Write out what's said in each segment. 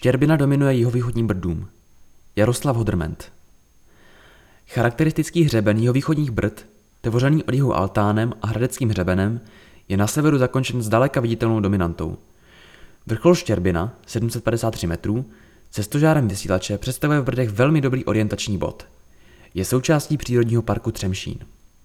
Štěrbina dominuje jihovýchodním Brdům. Jaroslav Hodrment. Charakteristický hřeben jihovýchodních Brd, tvořený od jihu altánem a hradeckým hřebenem, je na severu zakončen zdaleka viditelnou dominantou. Vrchol Štěrbina, 753 metrů, se stožárem Vysílače představuje v Brdech velmi dobrý orientační bod. Je součástí přírodního parku Třemšín.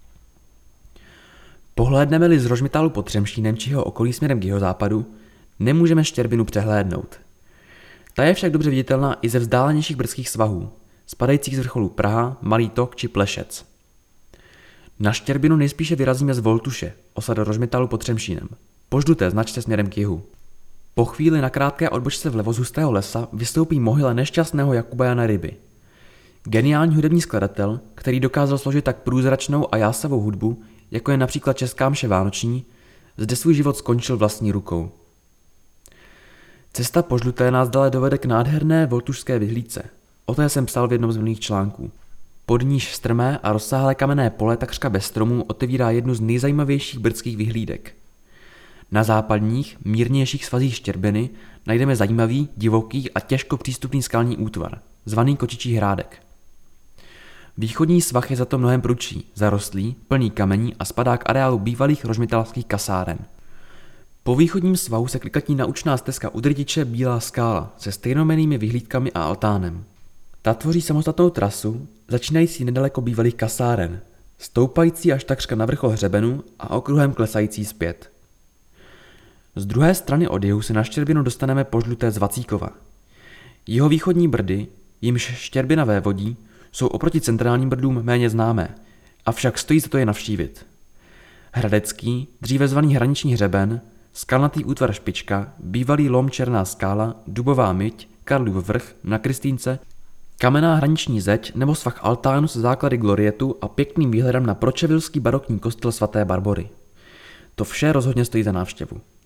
Pohlédneme-li z Rožmitálu pod Třemšínem či jeho okolí směrem k jihozápadu, nemůžeme Štěrbinu přehlédnout. Ta je však dobře viditelná i ze vzdálenějších brdských svahů, spadajících z vrcholů Praha, Malý Tok či Plešec. Na Štěrbinu nejspíše vyrazíme z Voltuše, osady Rožmitálu pod Třemšínem, po žluté značce směrem k jihu. Po chvíli na krátké odbočce vlevo z hustého lesa vystoupí mohyla nešťastného Jakuba Jana Ryby. Geniální hudební skladatel, který dokázal složit tak průzračnou a jásavou hudbu, jako je například Česká mše vánoční, zde svůj život skončil vlastní rukou. Cesta po žluté nás dále dovede k nádherné voltušské vyhlídce. O té jsem psal v jednom z minulých článků. Pod níž strmé a rozsáhlé kamenné pole takřka bez stromů otevírá jednu z nejzajímavějších brdských vyhlídek. Na západních, mírnějších svazích Štěrbiny najdeme zajímavý, divoký a těžko přístupný skalní útvar, zvaný Kočičí hrádek. Východní svah je za to mnohem prudší, zarostlý, plný kamení a spadá k areálu bývalých rožmitálských kasáren. Po východním svahu se klikatí naučná stezka Udrtiče Bílá skála se stejnojmennými vyhlídkami a altánem. Ta tvoří samostatnou trasu, začínající nedaleko bývalých kasáren, stoupající až takřka na vrchol hřebenu a okruhem klesající zpět. Z druhé strany od jihu se na Štěrbinu dostaneme po žluté z Vacíkova. Jihovýchodní Brdy, jimž Štěrbina vévodí, jsou oproti centrálním Brdům méně známé, avšak stojí za to je navštívit. Hradecký, dříve zvaný hraniční hřeben, skalnatý útvar Špička, bývalý lom Černá skála, Dubová myť, Karlův vrch na Kristýnce, kamenná hraniční zeď nebo svah altánu se základy glorietu a pěkným výhledem na pročevilský barokní kostel svaté Barbory. To vše rozhodně stojí za návštěvu.